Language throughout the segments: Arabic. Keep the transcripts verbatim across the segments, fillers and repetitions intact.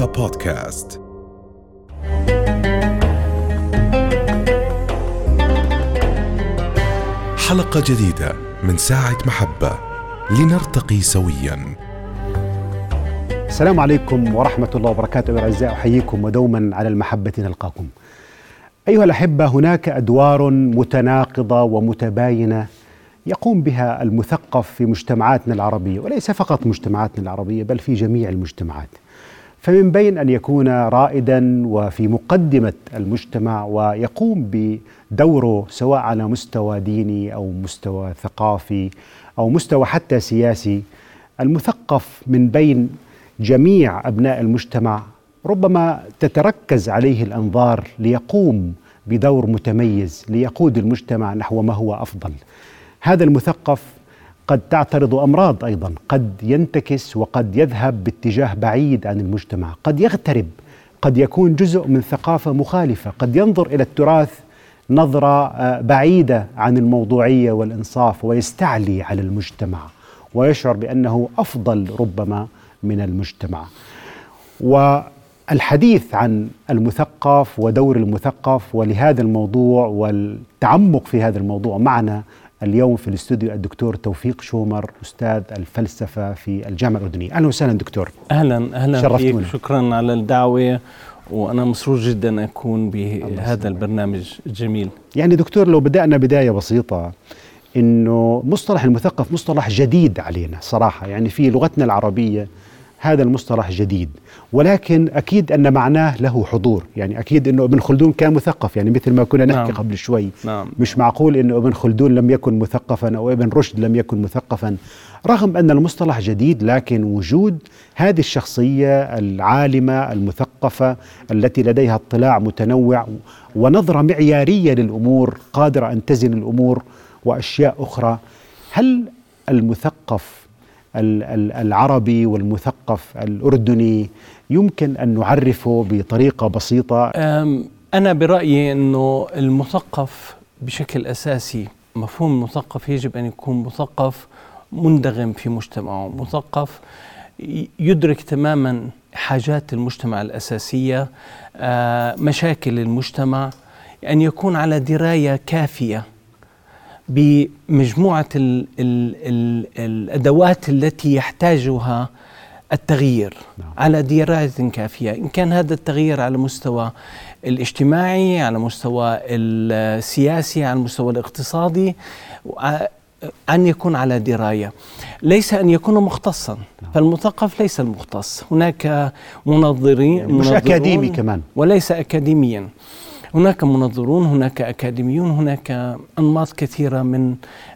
رؤيا بودكاست. حلقة جديدة من ساعة محبة لنرتقي سويا. السلام عليكم ورحمة الله وبركاته أعزائي، أحييكم ودوما على المحبة نلقاكم. أيها الأحبة، هناك أدوار متناقضة ومتباينة يقوم بها المثقف في مجتمعاتنا العربية، وليس فقط مجتمعاتنا العربية بل في جميع المجتمعات. فمن بين أن يكون رائدا وفي مقدمة المجتمع ويقوم بدوره سواء على مستوى ديني أو مستوى ثقافي أو مستوى حتى سياسي، المثقف من بين جميع أبناء المجتمع ربما تتركز عليه الأنظار ليقوم بدور متميز ليقود المجتمع نحو ما هو أفضل. هذا المثقف قد تعترض أمراض أيضا، قد ينتكس وقد يذهب باتجاه بعيد عن المجتمع، قد يغترب، قد يكون جزء من ثقافة مخالفة، قد ينظر إلى التراث نظرة بعيدة عن الموضوعية والإنصاف ويستعلي على المجتمع ويشعر بأنه أفضل ربما من المجتمع. والحديث عن المثقف ودور المثقف ولهذا الموضوع والتعمق في هذا الموضوع معنا اليوم في الاستوديو الدكتور توفيق شومر، أستاذ الفلسفة في الجامعة الأردنية. أهلا وسهلا دكتور. أهلا أهلا فيك، شكرا على الدعوة، وأنا مسرور جدا أكون بهذا البرنامج الجميل. يعني دكتور، لو بدأنا بداية بسيطة، إنه مصطلح المثقف مصطلح جديد علينا صراحة، يعني في لغتنا العربية هذا المصطلح جديد، ولكن أكيد أن معناه له حضور. يعني أكيد أنه ابن خلدون كان مثقف، يعني مثل ما كنا نحكي نعم. قبل شوي نعم. مش معقول أنه ابن خلدون لم يكن مثقفا أو ابن رشد لم يكن مثقفا، رغم أن المصطلح جديد، لكن وجود هذه الشخصية العالمة المثقفة التي لديها اطلاع متنوع ونظرة معيارية للأمور، قادرة أن تزن الأمور وأشياء أخرى. هل المثقف العربي والمثقف الأردني يمكن أن نعرفه بطريقة بسيطة؟ أنا برأيي أنه المثقف بشكل أساسي، مفهوم المثقف يجب أن يكون مثقف مندغم في مجتمعه، مثقف يدرك تماما حاجات المجتمع الأساسية، مشاكل المجتمع، أن يكون على دراية كافية بمجموعة ال ال ال الأدوات التي يحتاجها التغيير نعم. على دراية كافية، إن كان هذا التغيير على مستوى الاجتماعي، على مستوى السياسي، على المستوى الاقتصادي، أن يكون على دراية، ليس أن يكون مختصا نعم. فالمثقف ليس المختص، هناك منظرين يعني مش أكاديمي كمان، وليس أكاديميا، هناك منظرون، هناك أكاديميون، هناك أنماط كثيرة من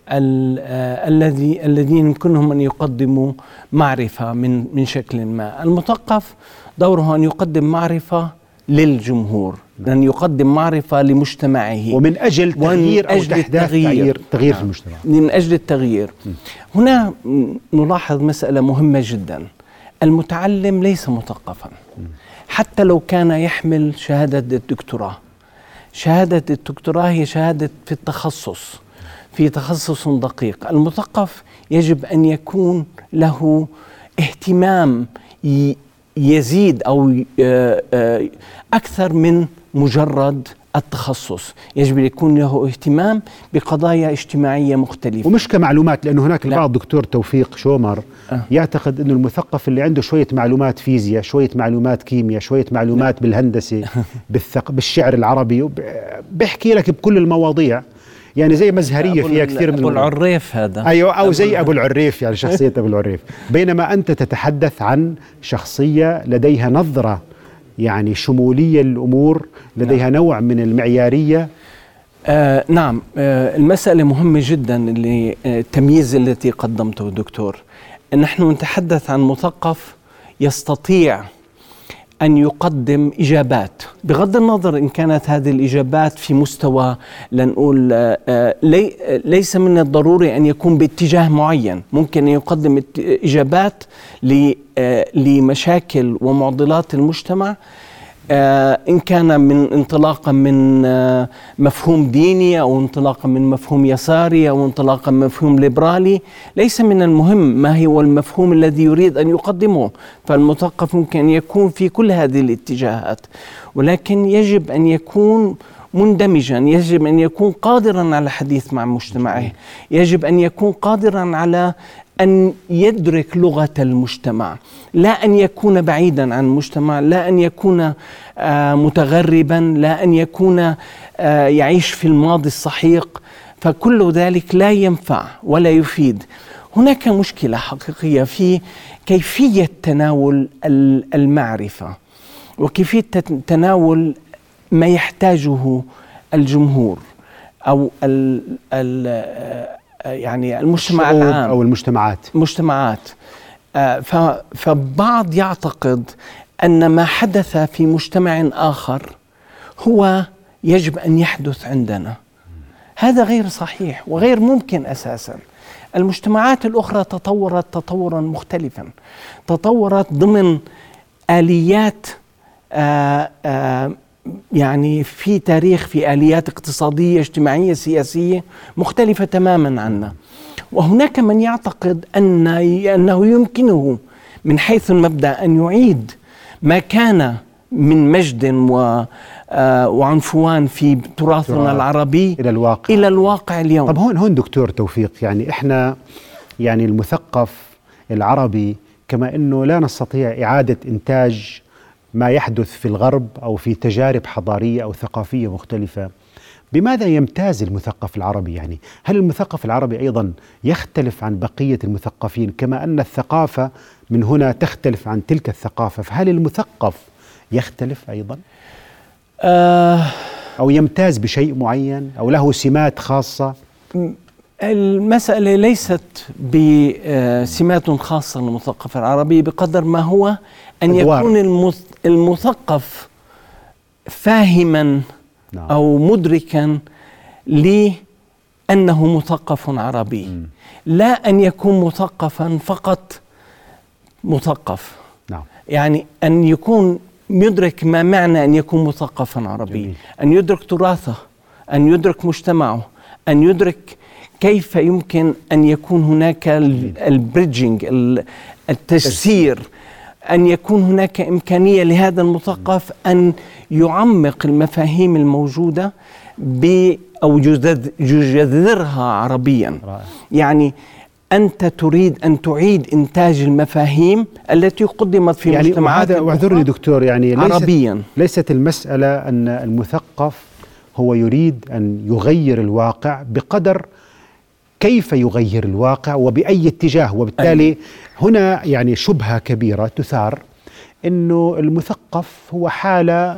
الذي الذين يمكنهم أن يقدموا معرفة من من شكل ما. المثقف دوره أن يقدم معرفة للجمهور، أن يقدم معرفة لمجتمعه ومن أجل تغيير أو تحديث تغيير تغيير في المجتمع، من أجل التغيير. م. هنا نلاحظ مسألة مهمة جدا، المتعلم ليس مثقفا حتى لو كان يحمل شهادة الدكتوراه. شهادة الدكتوراه هي شهادة في التخصص، في تخصص دقيق. المثقف يجب أن يكون له اهتمام يزيد أو أكثر من مجرد التخصص، يجب أن يكون له اهتمام بقضايا اجتماعية مختلفة ومش كمعلومات، لأنه هناك البعض دكتور توفيق شومر أه. يعتقد أنه المثقف اللي عنده شوية معلومات فيزياء، شوية معلومات كيمياء، شوية معلومات بالهندسة بالثق... بالشعر العربي، بيحكي لك بكل المواضيع، يعني زي مزهرية فيها كثير من أبو العريف هذا، أيوة، أو زي أبو العريف، يعني شخصية أبو العريف، بينما أنت تتحدث عن شخصية لديها نظرة يعني شمولية للأمور، لديها نعم. نوع من المعيارية. آه نعم، آه المسألة مهمة جدا، اللي آه التمييز التي قدمته دكتور، نحن نتحدث عن مثقف يستطيع أن يقدم إجابات، بغض النظر إن كانت هذه الإجابات في مستوى لنقول آه لي ليس من الضروري أن يكون باتجاه معين، ممكن أن يقدم إجابات لمشاكل ومعضلات المجتمع آه إن كان من انطلاقا من آه مفهوم ديني أو انطلاقا من مفهوم يساري أو انطلاقا من مفهوم ليبرالي. ليس من المهم ما هو المفهوم الذي يريد أن يقدمه، فالمثقف ممكن أن يكون في كل هذه الاتجاهات، ولكن يجب أن يكون مندمجا، يجب أن يكون قادرا على الحديث مع مجتمعه، يجب أن يكون قادرا على أن يدرك لغة المجتمع، لا أن يكون بعيدا عن المجتمع، لا أن يكون آه متغربا، لا أن يكون آه يعيش في الماضي السحيق، فكل ذلك لا ينفع ولا يفيد. هناك مشكلة حقيقية في كيفية تناول المعرفة وكيفية تناول ما يحتاجه الجمهور أو ال ال يعني المجتمع العام أو المجتمعات مجتمعات فبعض يعتقد أن ما حدث في مجتمع آخر هو يجب أن يحدث عندنا. هذا غير صحيح وغير ممكن أساسا. المجتمعات الأخرى تطورت تطورا مختلفا، تطورت ضمن آليات آآ آآ يعني في تاريخ، في آليات اقتصادية اجتماعية سياسية مختلفة تماما عنا. وهناك من يعتقد أن أنه يمكنه من حيث المبدأ أن يعيد ما كان من مجد و وعنفوان في تراثنا العربي إلى الواقع إلى الواقع اليوم. طب هون هون دكتور توفيق، يعني إحنا يعني المثقف العربي كما أنه لا نستطيع إعادة إنتاج ما يحدث في الغرب أو في تجارب حضارية أو ثقافية مختلفة، بماذا يمتاز المثقف العربي؟ يعني هل المثقف العربي أيضا يختلف عن بقية المثقفين كما أن الثقافة من هنا تختلف عن تلك الثقافة؟ فهل المثقف يختلف أيضا؟ آه أو يمتاز بشيء معين أو له سمات خاصة؟ المسألة ليست بسمات خاصة للمثقف العربي بقدر ما هو أن أدوار. يكون المثقف فاهما نعم. أو مدركا لأنه مثقف عربي، م. لا أن يكون مثقفا فقط مثقف نعم. يعني أن يكون يدرك ما معنى أن يكون مثقفا عربي، جميل. أن يدرك تراثه، أن يدرك مجتمعه، أن يدرك كيف يمكن أن يكون هناك البريدجينج، التجسير، أن يكون هناك إمكانية لهذا المثقف أن يعمق المفاهيم الموجودة أو يجذرها عربيا. رائع. يعني أنت تريد أن تعيد إنتاج المفاهيم التي قدمت في يعني مجتمعات واعذرني دكتور، يعني ليست عربيا ليست المسألة أن المثقف هو يريد أن يغير الواقع بقدر كيف يغير الواقع وبأي اتجاه. وبالتالي أي. هنا يعني شبهة كبيرة تثار أنه المثقف هو حالة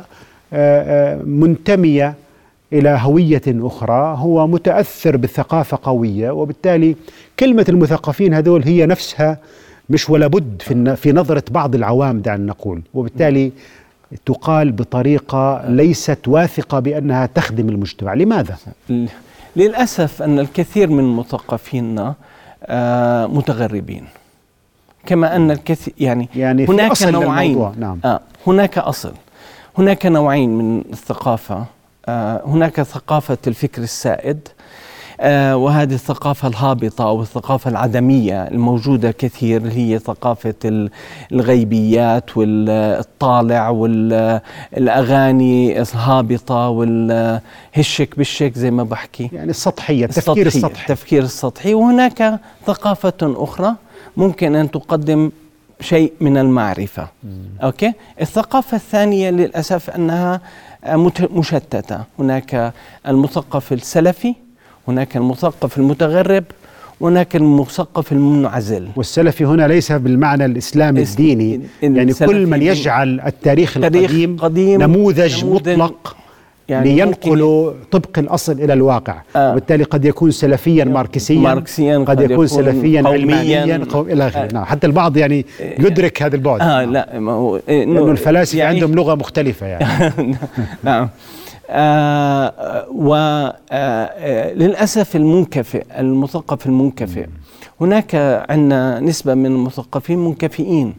منتمية إلى هوية أخرى، هو متأثر بالثقافة قوية، وبالتالي كلمة المثقفين هذول هي نفسها مش ولا بد في في نظرة بعض العوام دعنا نقول، وبالتالي تقال بطريقة ليست واثقة بأنها تخدم المجتمع. لماذا؟ للأسف أن الكثير من مثقفينا آه متغربين، كما أن الكثير يعني, يعني هناك نوعين. نعم. آه هناك أصل، هناك نوعين من الثقافة. آه هناك ثقافة الفكر السائد، آه وهذه الثقافة الهابطة أو الثقافة العدمية الموجودة كثير، هي ثقافة الغيبيات والطالع والأغاني الهابطة والهشك بالشك زي ما بحكي، يعني السطحية، التفكير السطحي التفكير السطحي. وهناك ثقافة أخرى ممكن أن تقدم شيء من المعرفة. مم. أوكي؟ الثقافة الثانية للأسف أنها مشتتة. هناك المثقف السلفي، هناك المثقف المتغرب، وهناك المثقف المنعزل. والسلفي هنا ليس بالمعنى الإسلامي الديني، يعني كل من يجعل التاريخ القديم قديم نموذج, نموذج مطلق يعني لينقل طبق الأصل إلى الواقع. آه. وبالتالي قد يكون سلفيا ماركسيا, ماركسيا قد, قد يكون, يكون سلفيا علمانيا إلى آخره. آه. نعم. حتى البعض يعني يدرك هذا البعد. آه لا ما هو لأنه الفلاسفة يعني عندهم لغة مختلفة يعني. نعم. آه وللأسف آه المنكفئ، المثقف المنكفئ، هناك عندنا نسبة من المثقفين منكفئين،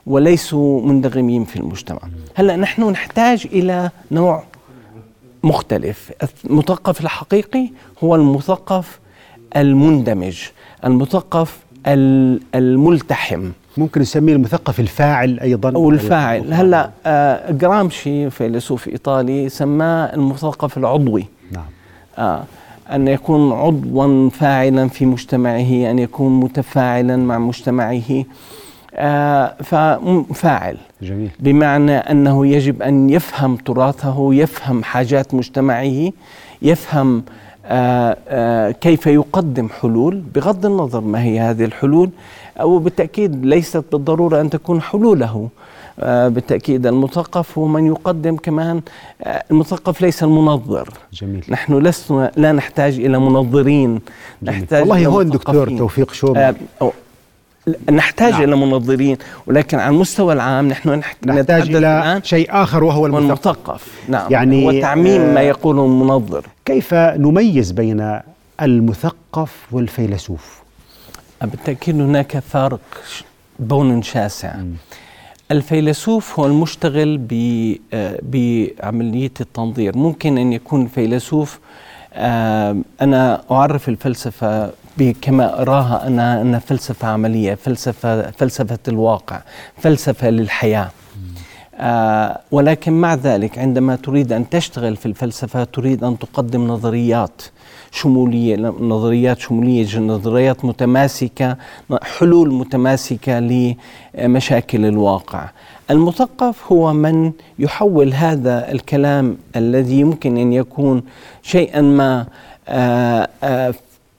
وليسوا مندغمين في المجتمع. هلأ نحن نحتاج إلى نوع مختلف. المثقف الحقيقي هو المثقف المندمج، المثقف الملتحم، ممكن نسميه المثقف الفاعل أيضا أو الفاعل. هلأ آه جرامشي فيلسوف إيطالي سماه المثقف العضوي. نعم. آه أن يكون عضوا فاعلا في مجتمعه، أن يكون متفاعلا مع مجتمعه، آه ففاعل. جميل. بمعنى أنه يجب أن يفهم تراثه، يفهم حاجات مجتمعه، يفهم آه آه كيف يقدم حلول بغض النظر ما هي هذه الحلول، أو بالتأكيد ليست بالضرورة أن تكون حلوله. آه بالتأكيد المثقف هو من يقدم كمان. آه المثقف ليس المنظر. جميل. نحن لسنا لا نحتاج إلى منظرين. جميل. نحتاج والله إلى هون دكتور مثقفين. توفيق شوب آه نحتاج نعم. إلى منظرين، ولكن على المستوى العام نحن نحتاج إلى شيء آخر وهو المثقف. المثقف. نعم. يعني هو تعميم آه ما يقوله المنظر. كيف نميز بين المثقف والفيلسوف؟ بالتأكيد هناك فارق بون شاسع. م. الفيلسوف هو المشتغل بعملية التنظير. ممكن أن يكون فيلسوف، أنا أعرف الفلسفة كما أراها أنا أنها فلسفة عملية، فلسفة فلسفة الواقع، فلسفة للحياة. آه ولكن مع ذلك عندما تريد أن تشتغل في الفلسفة تريد أن تقدم نظريات شمولية، نظريات شمولية، نظريات متماسكة، حلول متماسكة لمشاكل الواقع. المثقف هو من يحول هذا الكلام الذي يمكن أن يكون شيئا ما آه آه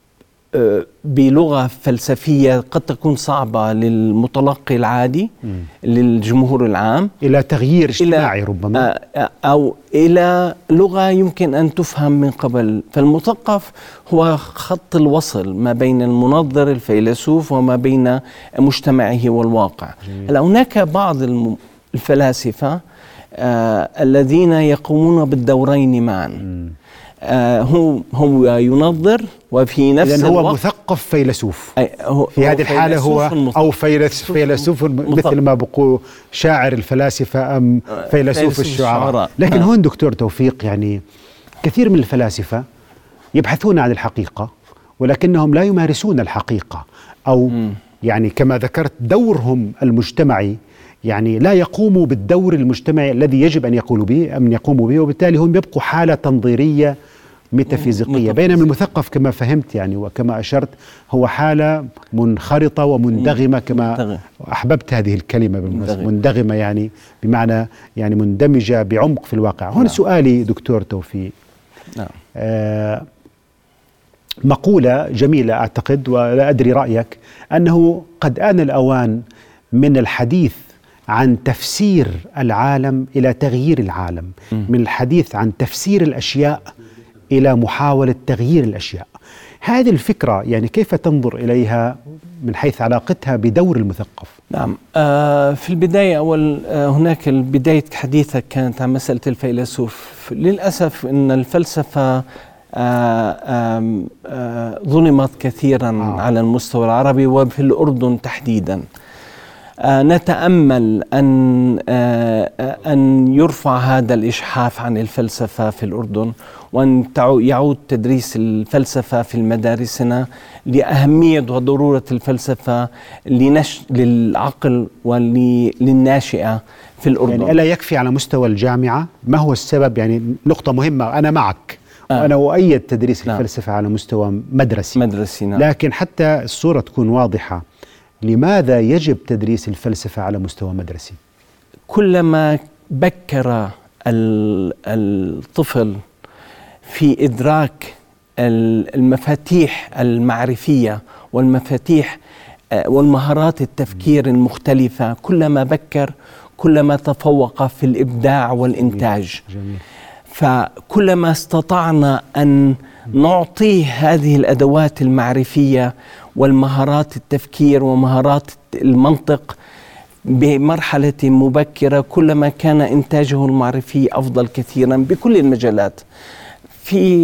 بلغة فلسفية قد تكون صعبة للمتلقي العادي، م. للجمهور العام، إلى تغيير اجتماعي ربما، أو إلى لغة يمكن أن تفهم من قبل. فالمثقف هو خط الوصل ما بين المنظر الفيلسوف وما بين مجتمعه والواقع. هلا هناك بعض الفلاسفة آه الذين يقومون بالدورين معا. م. آه هو هو ينظر وفي نفس إذن هو الوقت مثقف فيلسوف. في هذه الحالة هو أو فيلسوف, فيلسوف مثل ما بقول شاعر الفلاسفة أم فيلسوف الشعراء. لكن هون دكتور توفيق، يعني كثير من الفلاسفة يبحثون عن الحقيقة ولكنهم لا يمارسون الحقيقة، أو م. يعني كما ذكرت دورهم المجتمعي، يعني لا يقوموا بالدور المجتمعي الذي يجب أن يقوموا به أن يقوموا به، وبالتالي هم يبقوا حالة تنظيرية ميتافيزيقية. بينما المثقف كما فهمت يعني وكما أشرت هو حالة منخرطة ومندغمة، كما أحببت هذه الكلمة بالمناسبة، مندغمة يعني بمعنى يعني مندمجة بعمق في الواقع. هنا سؤالي دكتور توفيق، نعم. آه مقولة جميلة أعتقد ولا أدري رأيك، أنه قد آن الأوان من الحديث عن تفسير العالم إلى تغيير العالم، م. من الحديث عن تفسير الأشياء إلى محاولة تغيير الأشياء. هذه الفكرة يعني كيف تنظر إليها من حيث علاقتها بدور المثقف؟ نعم. آه في البداية أول آه هناك بداية حديثك كانت عن مسألة الفيلسوف. للأسف أن الفلسفة آه آه آه ظلمت كثيرا آه. على المستوى العربي وفي الأردن تحديدا. آه نتأمل أن آه أن يرفع هذا الإجحاف عن الفلسفة في الأردن، وأن يعود تدريس الفلسفة في مدارسنا لأهمية وضرورة الفلسفة لنشء للعقل وللناشئة في الأردن. يعني ألا يكفي على مستوى الجامعة؟ ما هو السبب؟ يعني نقطة مهمة، أنا معك آه. وأنا أؤيد تدريس نعم. الفلسفة على مستوى مدرسي مدرسي نعم. لكن حتى الصورة تكون واضحة، لماذا يجب تدريس الفلسفة على مستوى مدرسي؟ كلما بكر الطفل في إدراك المفاتيح المعرفية والمفاتيح والمهارات التفكير المختلفة، كلما بكر كلما تفوق في الإبداع والإنتاج. جميل. جميل. فكلما استطعنا أن نعطيه هذه الأدوات المعرفية والمهارات التفكير ومهارات المنطق بمرحلة مبكرة، كلما كان إنتاجه المعرفي أفضل كثيرا بكل المجالات. في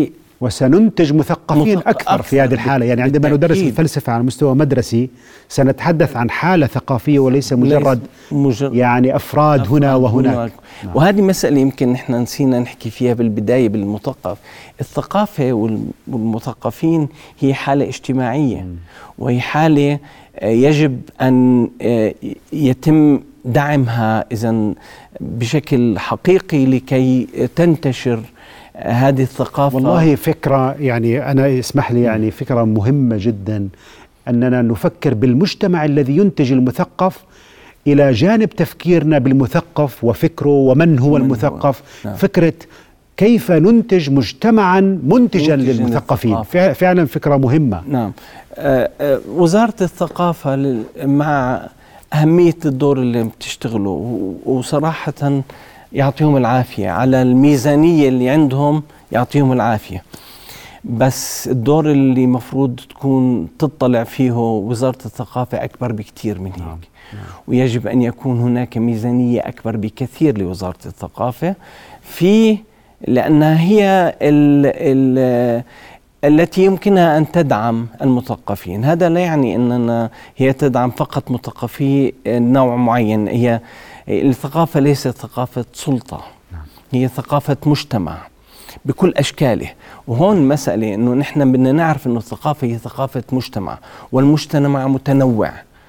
وسننتج مثقفين مثق... أكثر, أكثر في هذه الحالة. يعني عندما ندرس الفلسفة على مستوى مدرسي سنتحدث عن حالة ثقافية وليس مجرد مجرد يعني أفراد, أفراد هنا وهناك. هناك. نعم. وهذه مسألة يمكن نحن نسينا نحكي فيها بالبداية بالمثقف. الثقافة والمثقفين هي حالة اجتماعية م. وهي حالة يجب أن يتم دعمها إذن بشكل حقيقي لكي تنتشر هذه الثقافة. والله فكرة يعني أنا اسمح لي يعني فكرة مهمة جدا أننا نفكر بالمجتمع الذي ينتج المثقف إلى جانب تفكيرنا بالمثقف وفكره ومن هو المثقف. نعم. فكرة كيف ننتج مجتمعا منتجا للمثقفين فعلا فكرة مهمة. نعم. آه آه وزارة الثقافة مع أهمية الدور اللي بتشتغله وصراحة يعطيهم العافية على الميزانية اللي عندهم يعطيهم العافية، بس الدور اللي مفروض تكون تطلع فيه وزارة الثقافة أكبر بكثير من هيك. نعم. نعم. ويجب أن يكون هناك ميزانية أكبر بكثير لوزارة الثقافة في لأنها هي ال ال التي يمكنها أن تدعم المثقفين. هذا لا يعني أننا هي تدعم فقط مثقفي نوع معين. هي الثقافة ليست ثقافة سلطة، هي ثقافة مجتمع بكل أشكاله. وهون مسألة أنه نحن بدنا نعرف أنه الثقافة هي ثقافة مجتمع، والمجتمع متنوع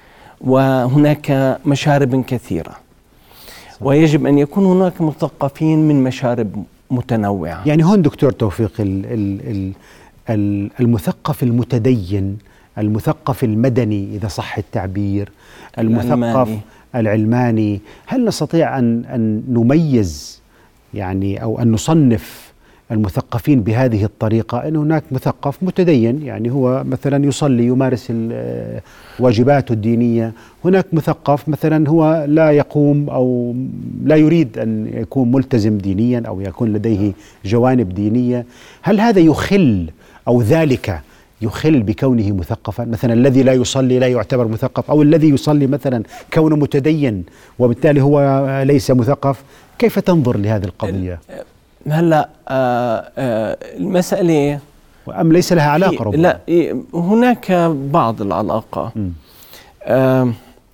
وهناك مشارب كثيرة، ويجب أن يكون هناك مثقفين من مشارب متنوعة. يعني هون دكتور توفيق ال ال ال المثقف المتدين، المثقف المدني إذا صح التعبير، المثقف العلماني, العلماني هل نستطيع أن, أن نميز يعني أو أن نصنف المثقفين بهذه الطريقة؟ أن هناك مثقف متدين يعني هو مثلا يصلي يمارس واجباته الدينية، هناك مثقف مثلا هو لا يقوم أو لا يريد أن يكون ملتزم دينيا أو يكون لديه جوانب دينية. هل هذا يخل أو ذلك يخل بكونه مثقفا؟ مثلا الذي لا يصلي لا يعتبر مثقف، أو الذي يصلي مثلا كونه متدين وبالتالي هو ليس مثقف. كيف تنظر لهذه القضية؟ هلا آه آه المسألة أم ليس لها علاقة ربما؟ لا، هناك بعض العلاقة. آه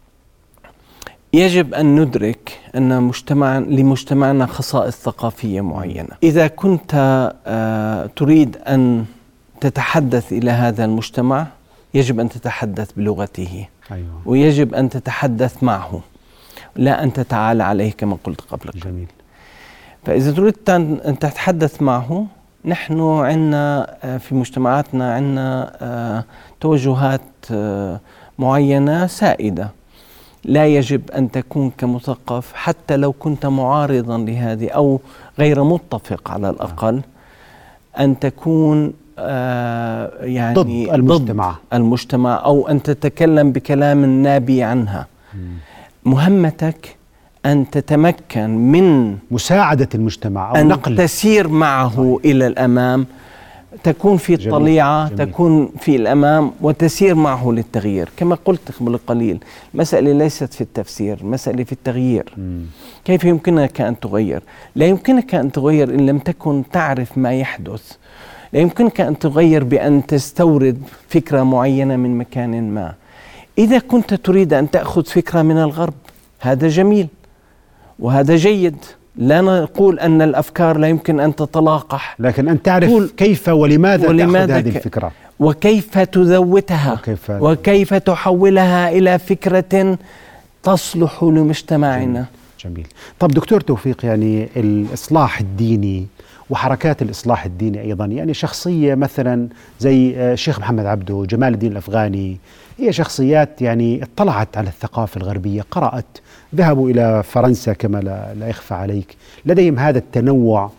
يجب أن ندرك أن مجتمع لمجتمعنا خصائص ثقافية معينة. إذا كنت آه تريد أن تتحدث إلى هذا المجتمع يجب أن تتحدث بلغته. أيوة. ويجب أن تتحدث معه لا أن تتعالى عليه كما قلت قبل. جميل. فإذا تريد أن تتحدث معه، نحن عندنا في مجتمعاتنا عندنا توجهات معينة سائدة لا يجب أن تكون كمثقف حتى لو كنت معارضا لهذه أو غير متفق على الأقل أن تكون يعني ضد المجتمع. ضد المجتمع أو أن تتكلم بكلام نابي عنها. مهمتك أن تتمكن من مساعدة المجتمع أو أن نقل تسير معه صحيح. إلى الأمام، تكون في الطليعة، جميل. تكون في الأمام وتسير معه للتغيير. كما قلت قبل قليل، مسألة ليست في التفسير، مسألة في التغيير. م. كيف يمكنك أن تغير؟ لا يمكنك أن تغير إن لم تكن تعرف ما يحدث. لا يمكنك أن تغير بأن تستورد فكرة معينة من مكان ما. إذا كنت تريد أن تأخذ فكرة من الغرب هذا جميل وهذا جيد، لا نقول أن الأفكار لا يمكن أن تتلاقح، لكن أن تعرف كيف ولماذا, ولماذا تأخذ هذه الفكرة وكيف تذوتها وكيف, وكيف تحولها إلى فكرة تصلح لمجتمعنا. جميل. جميل. طب دكتور توفيق، يعني الإصلاح الديني وحركات الإصلاح الديني أيضا، يعني شخصية مثلا زي الشيخ محمد عبده، جمال الدين الأفغاني، هي شخصيات يعني اطلعت على الثقافة الغربية، قرأت، ذهبوا إلى فرنسا كما لا, لا يخفى عليك، لديهم هذا التنوع.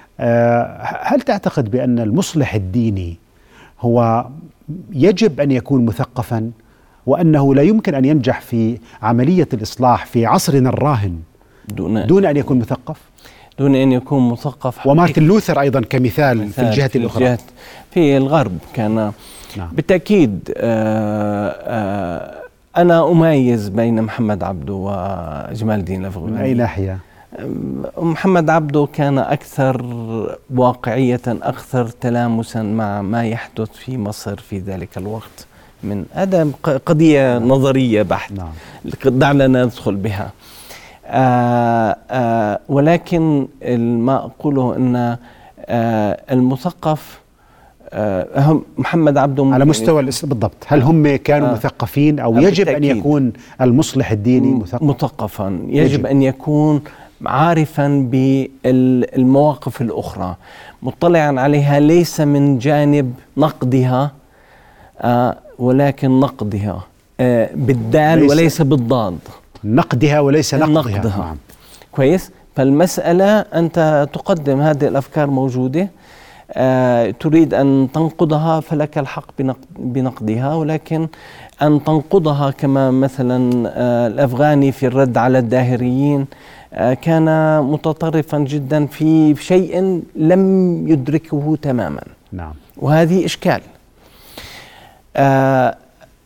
هل تعتقد بأن المصلح الديني هو يجب أن يكون مثقفا، وأنه لا يمكن أن ينجح في عملية الإصلاح في عصرنا الراهن دون, دون أن يكون مثقف؟ دون أن يكون مثقف. ومارتن لوثر أيضا كمثال في الجهة في الأخرى. الجهة في الغرب كان نعم. بالتأكيد. آآ آآ أنا أميز بين محمد عبده وجمال الدين الأفغاني. من أي ناحية؟ محمد عبده كان أكثر واقعية، أكثر تلامسا مع ما يحدث في مصر في ذلك الوقت. من هذا قضية نظرية بحت، نعم. دعنا ندخل بها. آآ آآ ولكن ما أقوله أن المثقف هم محمد عبده على مستوى بالضبط، هل هم كانوا آه مثقفين أو يجب بالتأكيد. أن يكون المصلح الديني مثقف؟ مثقفا، يجب, يجب أن يكون عارفا بالمواقف الأخرى، مطلعا عليها ليس من جانب نقدها آه ولكن نقدها آه بالدال ليس وليس بالضاد، نقدها وليس نقدها, نقدها. نعم. كويس. فالمسألة أنت تقدم هذه الأفكار موجودة، آه تريد أن تنقضها فلك الحق بنقدها، ولكن أن تنقضها كما مثلا آه الأفغاني في الرد على الداهريين آه كان متطرفا جدا في شيء لم يدركه تماما. نعم. وهذه إشكال. آه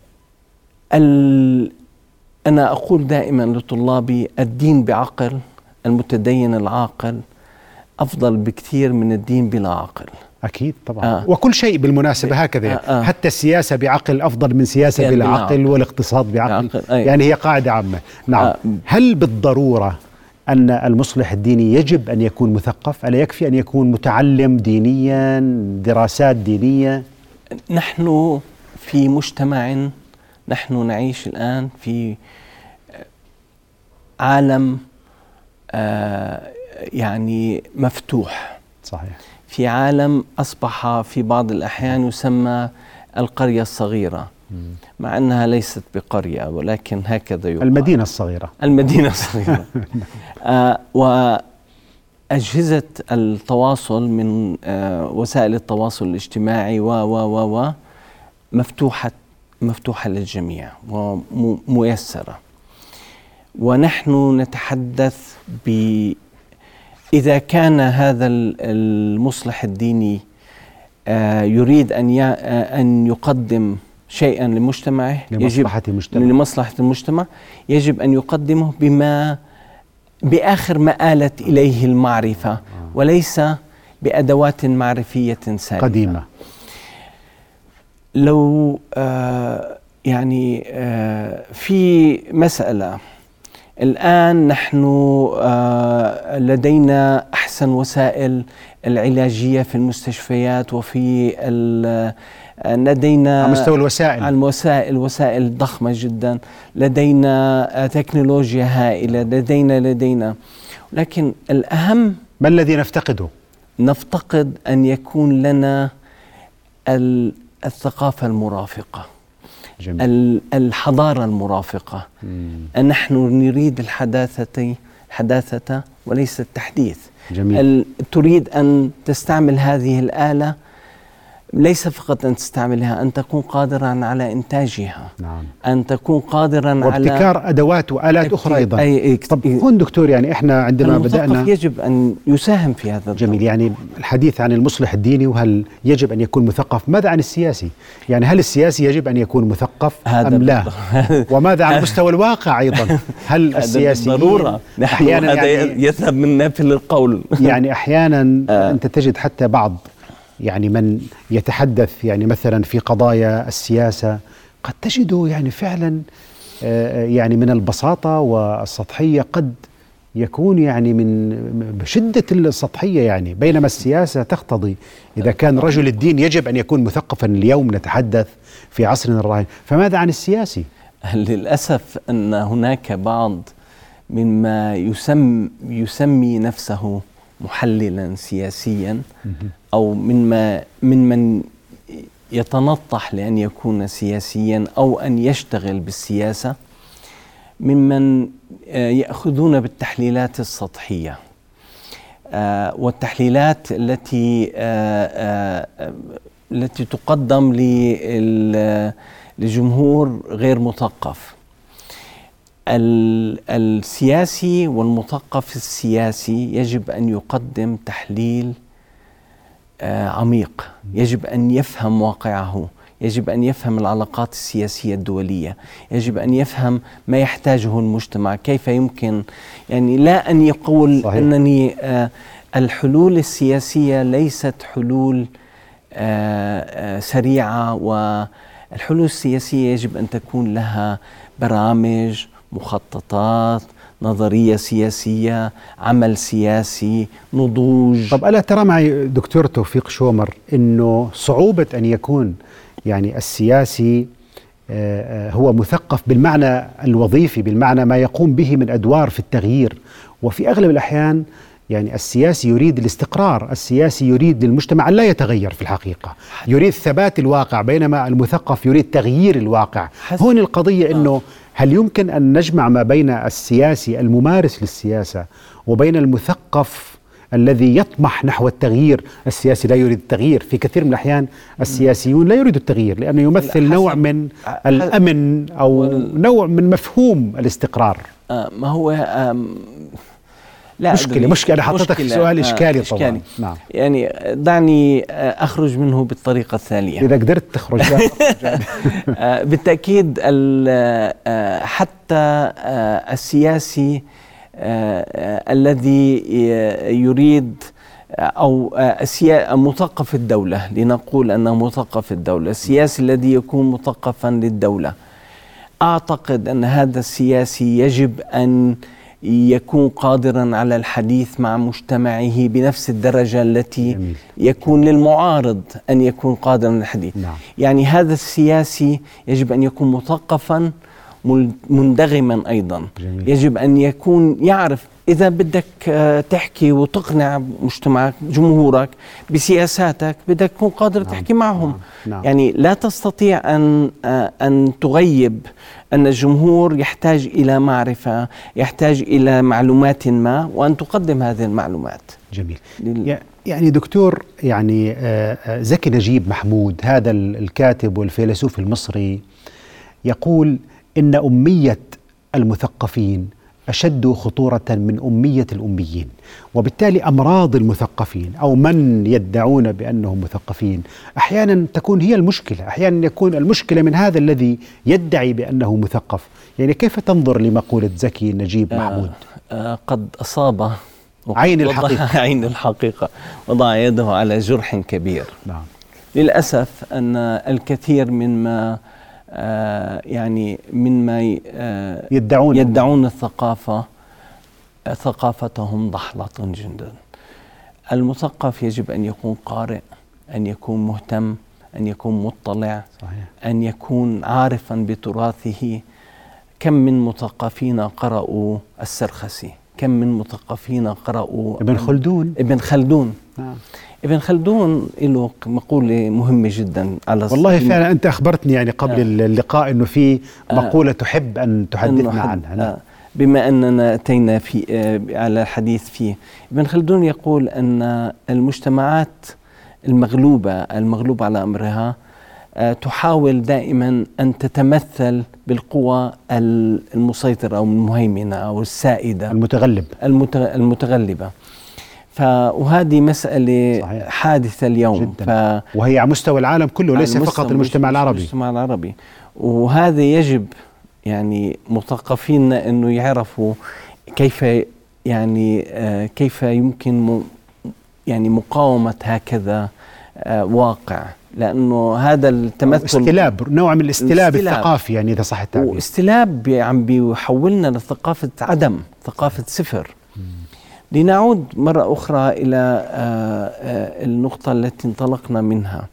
أنا أقول دائما لطلابي الدين بعقل، المتدين العاقل أفضل بكثير من الدين بلا عقل. أكيد طبعا. آه. وكل شيء بالمناسبة هكذا، آه آه. حتى السياسة بعقل أفضل من سياسة يعني بلا عقل، والاقتصاد بعقل، يعني هي قاعدة عامة. نعم. آه. هل بالضرورة أن المصلح الديني يجب أن يكون مثقف؟ ألا يكفي أن يكون متعلم دينيا، دراسات دينية؟ نحن في مجتمع، نحن نعيش الآن في عالم آه يعني مفتوح. صحيح. في عالم أصبح في بعض الأحيان يسمى القرية الصغيرة، مع أنها ليست بقرية ولكن هكذا يقال، المدينة الصغيرة. المدينة الصغيرة. آه وأجهزة التواصل من آه وسائل التواصل الاجتماعي و و و و مفتوحة مفتوحة للجميع وميسرة، ونحن نتحدث ب إذا كان هذا المصلح الديني يريد أن أن يقدم شيئا لمجتمعه، لمصلحة المجتمع، لمصلحة المجتمع يجب أن يقدمه بما بآخر ما آلت إليه المعرفة، وليس بأدوات معرفية سالفة قديمة. لو آه يعني آه في مسألة الآن، نحن آه لدينا أحسن وسائل العلاجية في المستشفيات، وفي لدينا على مستوى الوسائل الوسائل وسائل ضخمة جدا، لدينا آه تكنولوجيا هائلة، لدينا لدينا لكن الأهم ما الذي نفتقده؟ نفتقد أن يكون لنا الثقافة المرافقة. جميل. الحضارة المرافقة. أن نحن نريد الحداثة حداثة وليس التحديث. جميل. تريد أن تستعمل هذه الآلة، ليس فقط أن تستعملها، أن تكون قادرا على إنتاجها. نعم. أن تكون قادرا على وابتكار أدوات وآلات أخرى أيضا. أي طب هون دكتور، يعني إحنا عندما بدأنا يجب أن يساهم في هذا الدور. جميل. يعني الحديث عن المصلح الديني وهل يجب أن يكون مثقف، ماذا عن السياسي؟ يعني هل السياسي يجب أن يكون مثقف أم لا؟ وماذا عن مستوى الواقع أيضا؟ هل السياسي ضرورة أحيانا هذا يعني يذهب منا في القول. يعني أحيانا آه. أنت تجد حتى بعض يعني من يتحدث يعني مثلا في قضايا السياسة، قد تجده يعني فعلا يعني من البساطة والسطحية، قد يكون يعني من بشدة السطحية، يعني بينما السياسة تقتضي إذا كان رجل الدين يجب أن يكون مثقفا. اليوم نتحدث في عصرنا الراهن، فماذا عن السياسي؟ للأسف أن هناك بعض مما يسمي, يسمي نفسه محللا سياسيا، أو مما من من يتنطح لأن يكون سياسيا أو أن يشتغل بالسياسة، ممن يأخذون بالتحليلات السطحية والتحليلات التي التي تقدم لجمهور غير مثقف. السياسي والمثقف السياسي يجب أن يقدم تحليل عميق، يجب أن يفهم واقعه، يجب أن يفهم العلاقات السياسية الدولية، يجب أن يفهم ما يحتاجه المجتمع، كيف يمكن يعني لا أن يقول صحيح. أنني آه الحلول السياسية ليست حلول آه آه سريعة، والحلول السياسية يجب أن تكون لها برامج، مخططات، نظرية سياسية، عمل سياسي، نضوج. طب ألا ترى معي دكتور توفيق شومر أنه صعوبة أن يكون يعني السياسي هو مثقف بالمعنى الوظيفي، بالمعنى ما يقوم به من أدوار في التغيير، وفي أغلب الأحيان يعني السياسي يريد الاستقرار، السياسي يريد للمجتمع أن لا يتغير في الحقيقة، يريد ثبات الواقع، بينما المثقف يريد تغيير الواقع. هون القضية أنه هل يمكن أن نجمع ما بين السياسي الممارس للسياسة وبين المثقف الذي يطمح نحو التغيير؟ السياسي لا يريد التغيير، في كثير من الأحيان السياسيون لا يريدوا التغيير لأنه يمثل نوع من الأمن أو نوع من مفهوم الاستقرار. آه ما هو آه لا مشكلة مشكلة حطيتك في سؤال إشكالي. آه طبعا إشكالي. نعم. يعني دعني أخرج منه بالطريقة التالية إذا قدرت تخرج. آه بالتأكيد آه حتى آه السياسي آه الذي يريد أو آه مثقف الدولة، لنقول أنه مثقف الدولة، السياسي الذي يكون مثقفا للدولة، أعتقد أن هذا السياسي يجب أن يكون قادرا على الحديث مع مجتمعه بنفس الدرجة التي جميل. يكون للمعارض أن يكون قادرا على الحديث. نعم. يعني هذا السياسي يجب أن يكون مثقفا مندغما أيضا. جميل. يجب أن يكون يعرف إذا بدك تحكي وتقنع مجتمعك جمهورك بسياساتك بدك تكون قادر نعم. تحكي معهم. نعم. نعم. يعني لا تستطيع أن أن تغيب أن الجمهور يحتاج إلى معرفة، يحتاج إلى معلومات ما، وأن تقدم هذه المعلومات. جميل. لل... يعني دكتور يعني زكي نجيب محمود هذا الكاتب والفيلسوف المصري يقول إن أمية المثقفين أشد خطورة من أمية الأميين، وبالتالي أمراض المثقفين أو من يدعون بأنهم مثقفين أحيانا تكون هي المشكلة، أحيانا يكون المشكلة من هذا الذي يدعي بأنه مثقف. يعني كيف تنظر لمقولة زكي نجيب محمود؟ آه آه قد أصاب عين الحقيقة عين الحقيقة وضع يده على جرح كبير. نعم. للأسف أن الكثير مما آه يعني مما آه يدعون يدعون الثقافة آه ثقافتهم ضحلة جدا. المثقف يجب أن يكون قارئ، أن يكون مهتم، أن يكون مطلع. صحيح. أن يكون عارفا بتراثه. كم من مثقفين قرأوا السرخسي، كم من مثقفين قرأوا ابن خلدون ابن خلدون نعم. ابن خلدون له مقولة مهمة جدا على والله فعلا أنت أخبرتني يعني قبل آه. اللقاء أنه في مقولة آه. تحب أن تحدثنا عنها. آه. بما أننا أتينا في آه على الحديث فيه، ابن خلدون يقول أن المجتمعات المغلوبة المغلوبة على أمرها آه تحاول دائما أن تتمثل بالقوى المسيطرة أو المهيمنة أو السائدة المتغلب المتغلبة. ف وهذه مسألة صحيح. حادثة اليوم جدا. ف... وهي على مستوى العالم كله ليس فقط المجتمع العربي. المجتمع العربي، وهذا يجب يعني مثقفين أنه يعرفوا كيف يعني آه كيف يمكن م... يعني مقاومة هكذا آه واقع، لأنه هذا التمثل استلاب، نوع من الاستلاب الثقافي يعني إذا صح التعبير، واستلاب عم بيحولنا لثقافة عدم، ثقافة صفر. م. لنعود مرة أخرى إلى آه آه النقطة التي انطلقنا منها،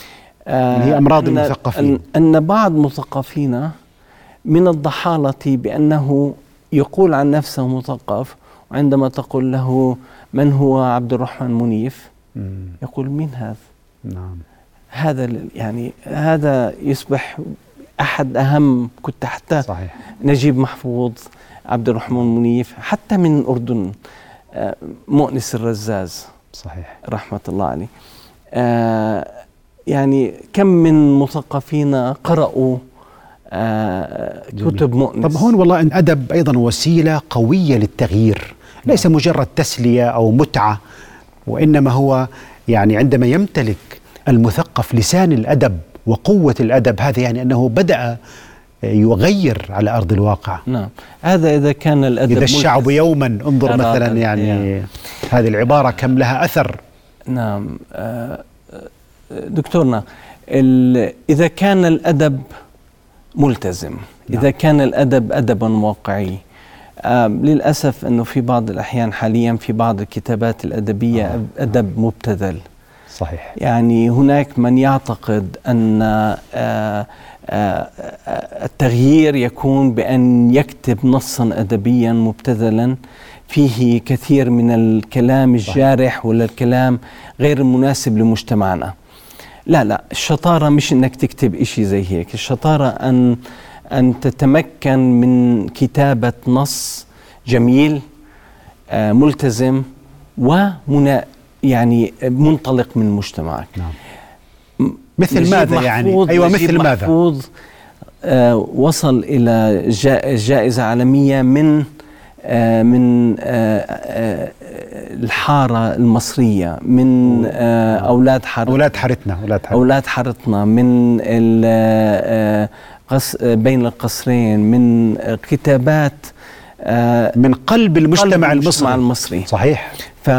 آه هي أمراض أن المثقفين، أن بعض مثقفين من الضحالة بأنه يقول عن نفسه مثقف، وعندما تقول له من هو عبد الرحمن منيف م. يقول مين هذا؟ نعم. هذا يعني هذا يصبح أحد أهم، كنت حتى صحيح. نجيب محفوظ، عبد الرحمن منيف، حتى من الأردن مؤنس الرزاز صحيح رحمة الله عليه. آه يعني كم من مثقفين قرأوا آه كتب مؤنس. طب هون والله الأدب أيضا وسيلة قوية للتغيير، ليس مجرد تسلية أو متعة، وإنما هو يعني عندما يمتلك المثقف لسان الأدب وقوة الأدب هذا يعني أنه بدأ يغير على أرض الواقع. نعم، هذا إذا كان الأدب إذا الشعب يوما انظر مثلا يعني, يعني هذه العبارة كم لها أثر. نعم دكتورنا، إذا كان الأدب ملتزم، نعم. إذا كان الأدب أدبا واقعي، آه للأسف أنه في بعض الأحيان حاليا في بعض الكتابات الأدبية آه. أدب مبتذل. صحيح. يعني هناك من يعتقد أن آه آه التغيير يكون بأن يكتب نصا أدبيا مبتذلا فيه كثير من الكلام الجارح ولا الكلام غير المناسب لمجتمعنا. لا لا، الشطارة مش أنك تكتب إشي زي هيك، الشطارة أن أن تتمكن من كتابة نص جميل آه ملتزم ومنا يعني منطلق من مجتمعك. نعم. مثل ماذا يعني؟ أيوة مثل ماذا؟ محفوظ آه وصل إلى جائزة عالمية من آه من آه آه الحارة المصرية، من آه أولاد حارتنا أولاد حارتنا أولاد حارتنا من آه قص بين القصرين، من كتابات آه من قلب المجتمع, قلب المصري. المصري. صحيح.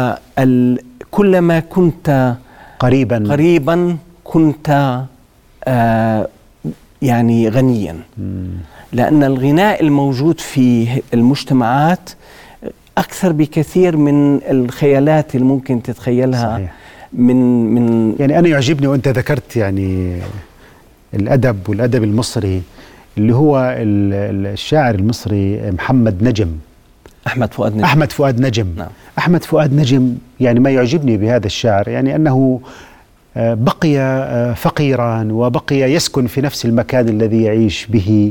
فكلما كنت قريبا قريبا كنت آه يعني غنيا، مم. لأن الغناء الموجود في المجتمعات أكثر بكثير من الخيالات اللي ممكن تتخيلها. صحيح. من من يعني أنا يعجبني وأنت ذكرت يعني الأدب والأدب المصري اللي هو الشاعر المصري محمد نجم، أحمد فؤاد نجم. أحمد فؤاد نجم. نعم. أحمد فؤاد نجم يعني ما يعجبني بهذا الشاعر يعني أنه بقي فقيرا وبقي يسكن في نفس المكان الذي يعيش به،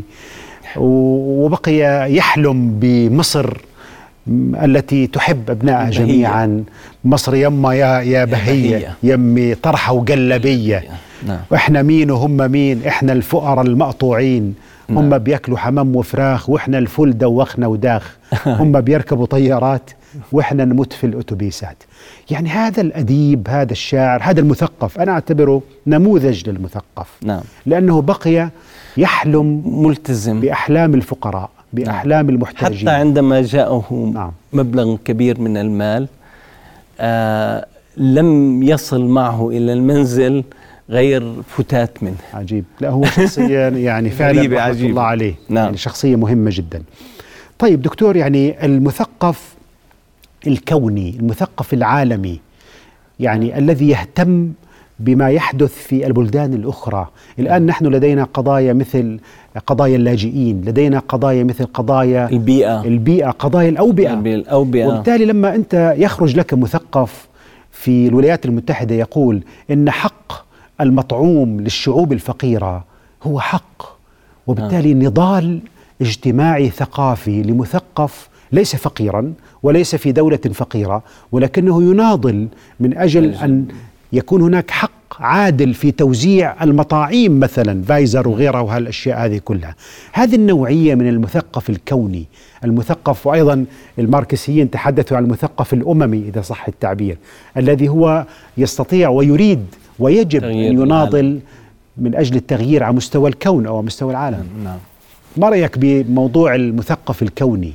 وبقي يحلم بمصر التي تحب أبنائها جميعا. مصر يما يا يا بهية يمي طرحة وقلبية. نعم. وإحنا مين وهم مين؟ إحنا الفقراء المقطوعين. نعم. هم بيأكلوا حمام وفراخ وإحنا الفول دوخنا وداخ. هم بيركبوا طيارات وإحنا نموت في الأتوبيسات. يعني هذا الأديب، هذا الشاعر، هذا المثقف، أنا أعتبره نموذج للمثقف. نعم. لأنه بقي يحلم ملتزم بأحلام الفقراء، بأحلام. نعم. المحتاجين. حتى عندما جاءه. نعم. مبلغ كبير من المال آه لم يصل معه إلى المنزل غير فتات منه. عجيب. لا هو شخصيا يعني فعلا رحمة الله عليه. نعم. يعني شخصية مهمة جدا. طيب دكتور، يعني المثقف الكوني، المثقف العالمي، يعني نعم. الذي يهتم بما يحدث في البلدان الأخرى. الآن نحن لدينا قضايا مثل قضايا اللاجئين، لدينا قضايا مثل قضايا البيئة البيئة قضايا الأوبئة. الأوبئة. وبالتالي لما أنت يخرج لك مثقف في الولايات المتحدة يقول إن حق المطعوم للشعوب الفقيرة هو حق، وبالتالي نعم. نضال اجتماعي ثقافي لمثقف ليس فقيرا وليس في دولة فقيرة، ولكنه يناضل من أجل أن يكون هناك حق عادل في توزيع المطاعيم مثلا فايزر وغيرها وهالأشياء هذه كلها. هذه النوعية من المثقف الكوني، المثقف، وأيضا الماركسيين تحدثوا عن المثقف الأممي إذا صح التعبير، الذي هو يستطيع ويريد ويجب أن يناضل العالم. من أجل التغيير على مستوى الكون أو مستوى العالم. نعم. ما رأيك بموضوع المثقف الكوني؟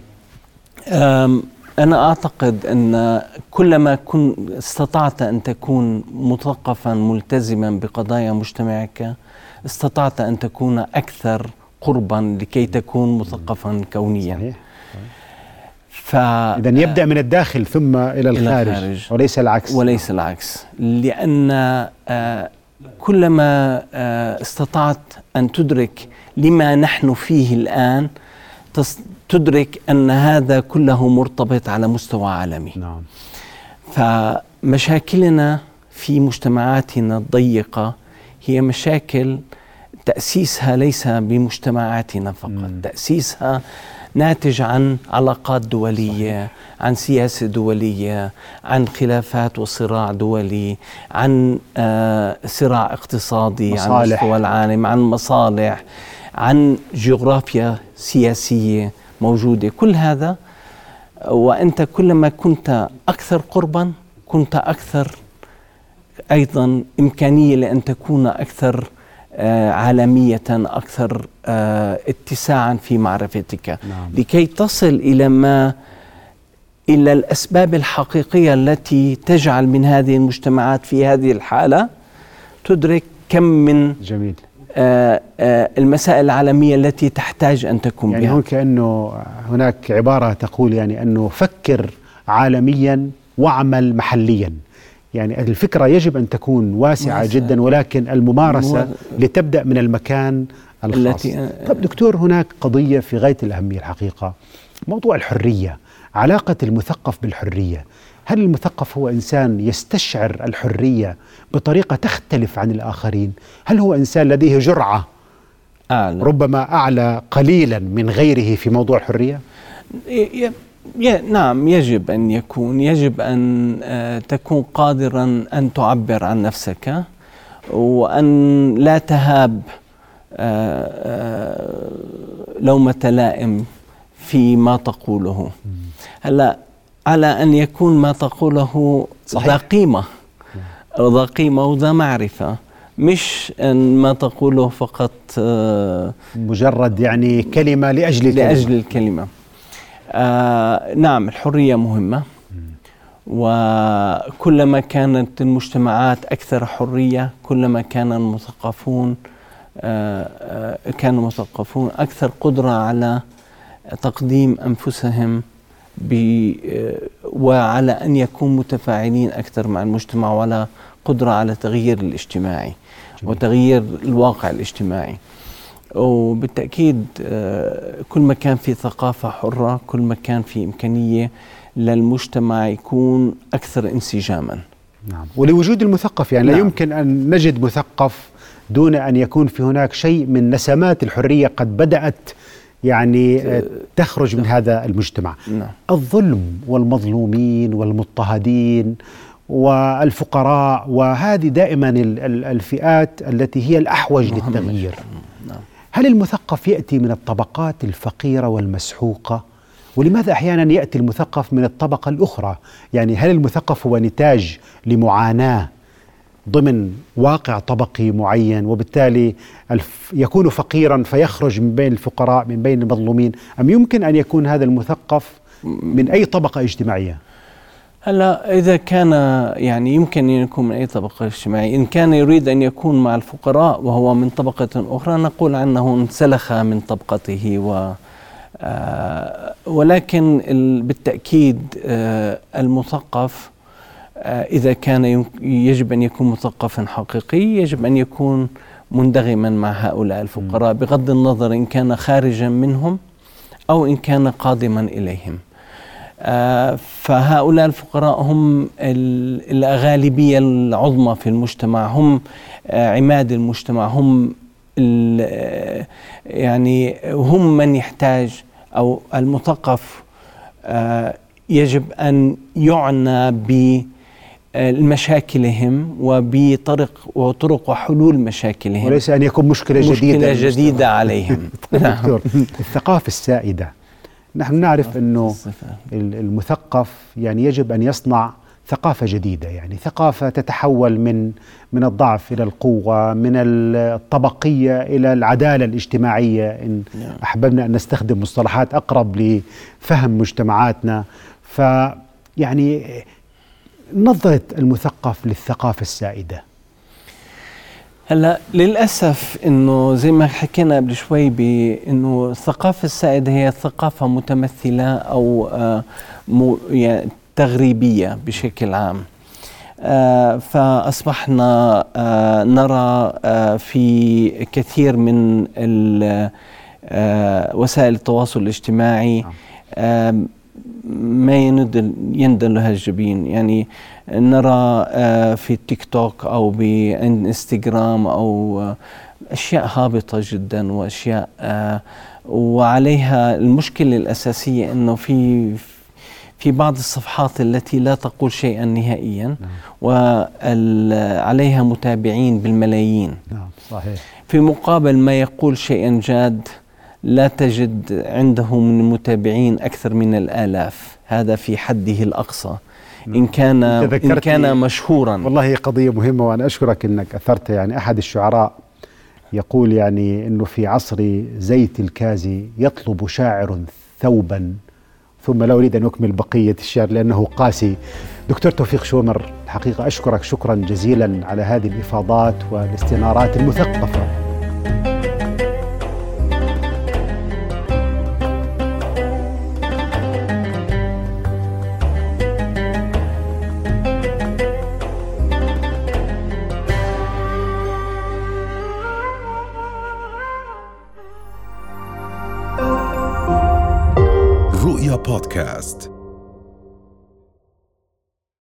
أنا أعتقد أن كلما كن استطعت أن تكون مثقفا ملتزما بقضايا مجتمعك استطعت أن تكون أكثر قربا لكي تكون مثقفا كونيا. صحيح. إذن يبدأ من الداخل ثم إلى الخارج, إلى الخارج وليس العكس. وليس العكس، لأن كلما استطعت أن تدرك لما نحن فيه الآن تدرك أن هذا كله مرتبط على مستوى عالمي. نعم. فمشاكلنا في مجتمعاتنا الضيقة هي مشاكل تأسيسها ليس بمجتمعاتنا فقط. مم. تأسيسها ناتج عن علاقات دولية. صحيح. عن سياسة دولية، عن خلافات وصراع دولي، عن آه صراع اقتصادي مصالح. عن مستوى العالم، عن مصالح، عن جغرافيا سياسية موجودة. كل هذا، وأنت كلما كنت أكثر قربا كنت أكثر أيضا إمكانية لأن تكون أكثر عالمية، أكثر اتساعا في معرفتك، نعم. لكي تصل إلى ما إلى الأسباب الحقيقية التي تجعل من هذه المجتمعات في هذه الحالة، تدرك كم من جميل آآ آآ المسائل العالمية التي تحتاج أن تكون يعني بها. هون كأنه هناك عبارة تقول يعني أنه فكر عالميا واعمل محليا. يعني الفكرة يجب أن تكون واسعة واسع. جدا، ولكن الممارسة مو... لتبدأ من المكان الخاص. التي... طب دكتور، هناك قضية في غاية الأهمية الحقيقة، موضوع الحرية، علاقة المثقف بالحرية. هل المثقف هو إنسان يستشعر الحرية بطريقة تختلف عن الآخرين؟ هل هو إنسان لديه جرعة أعلى، ربما أعلى قليلا من غيره في موضوع الحرية؟ ي... ي... نعم، يجب أن يكون يجب أن آه تكون قادرا أن تعبر عن نفسك، وأن لا تهاب آه آه لومة لائم في ما تقوله. هلا على أن يكون ما تقوله ذا قيمة ذا قيمة وذا معرفة، مش أن ما تقوله فقط آه مجرد يعني كلمة لأجل الكلمة. لأجل الكلمة. آه نعم، الحرية مهمة، وكلما كانت المجتمعات أكثر حرية كلما كان المثقفون آه آه كانوا المثقفون أكثر قدرة على تقديم أنفسهم وعلى أن يكون متفاعلين أكثر مع المجتمع، وعلى قدرة على تغيير الاجتماعي وتغيير الواقع الاجتماعي. وبالتأكيد كل ما كان في ثقافة حرة كل ما كان في إمكانية للمجتمع يكون أكثر انسجاما. نعم، ولوجود المثقف يعني نعم. لا يمكن أن نجد مثقف دون أن يكون في هناك شيء من نسمات الحرية قد بدأت يعني تخرج من هذا المجتمع. نعم. الظلم والمظلومين والمضطهدين والفقراء، وهذه دائما الفئات التي هي الأحوج للتغيير. نعم. هل المثقف يأتي من الطبقات الفقيرة والمسحوقة؟ ولماذا أحيانا يأتي المثقف من الطبقة الأخرى؟ يعني هل المثقف هو نتاج لمعاناة ضمن واقع طبقي معين، وبالتالي يكون فقيرا فيخرج من بين الفقراء من بين المظلومين، أم يمكن أن يكون هذا المثقف من أي طبقة اجتماعية؟ هلا إذا كان يعني يمكن أن يكون من أي طبقة اجتماعية، إن كان يريد أن يكون مع الفقراء وهو من طبقة أخرى نقول عنه انسلخ من طبقته، و آه ولكن بالتأكيد آه المثقف إذا كان يجب أن يكون مثقفا حقيقي يجب أن يكون مندغما مع هؤلاء الفقراء، بغض النظر إن كان خارجا منهم أو إن كان قادما إليهم. آه فهؤلاء الفقراء هم الغالبية العظمى في المجتمع، هم آه عماد المجتمع، هم يعني هم من يحتاج، أو المثقف آه يجب أن يعنى ب مشاكلهم وبطرق وطرق وحلول مشاكلهم، وليس أن يكون مشكلة, مشكلة جديدة جديدة عليهم. دكتور، الثقافة السائدة، نحن نعرف أنه المثقف يعني يجب أن يصنع ثقافة جديدة، يعني ثقافة تتحول من من الضعف إلى القوة، من الطبقية إلى العدالة الاجتماعية، إن أحببنا أن نستخدم مصطلحات أقرب لفهم مجتمعاتنا. فيعني نظرة المثقف للثقافة السائدة. هلا للأسف إنه زي ما حكينا قبل شوي بإنه الثقافة السائدة هي ثقافة متمثلة أو آه يعني تغريبية بشكل عام. آه فأصبحنا آه نرى آه في كثير من آه وسائل التواصل الاجتماعي آه ما يندل لها الجبين، يعني نرى في التيك توك أو بإنستغرام أو أشياء هابطة جدا وأشياء، وعليها المشكلة الأساسية أنه في في بعض الصفحات التي لا تقول شيئا نهائيا وعليها متابعين بالملايين. نعم صحيح. في مقابل ما يقول شيئا جاد لا تجد عنده من المتابعين أكثر من الآلاف، هذا في حده الأقصى إن كان إن كان مشهورا. والله قضية مهمة، وأنا أشكرك أنك أثرت يعني أحد الشعراء يقول يعني أنه في عصر زيت الكازي يطلب شاعر ثوبا، ثم لا أريد أن أكمل بقية الشعر لأنه قاسي. دكتور توفيق شومر، الحقيقة أشكرك شكرا جزيلا على هذه الإفاضات والاستنارات المثقفة. رؤيا بودكاست.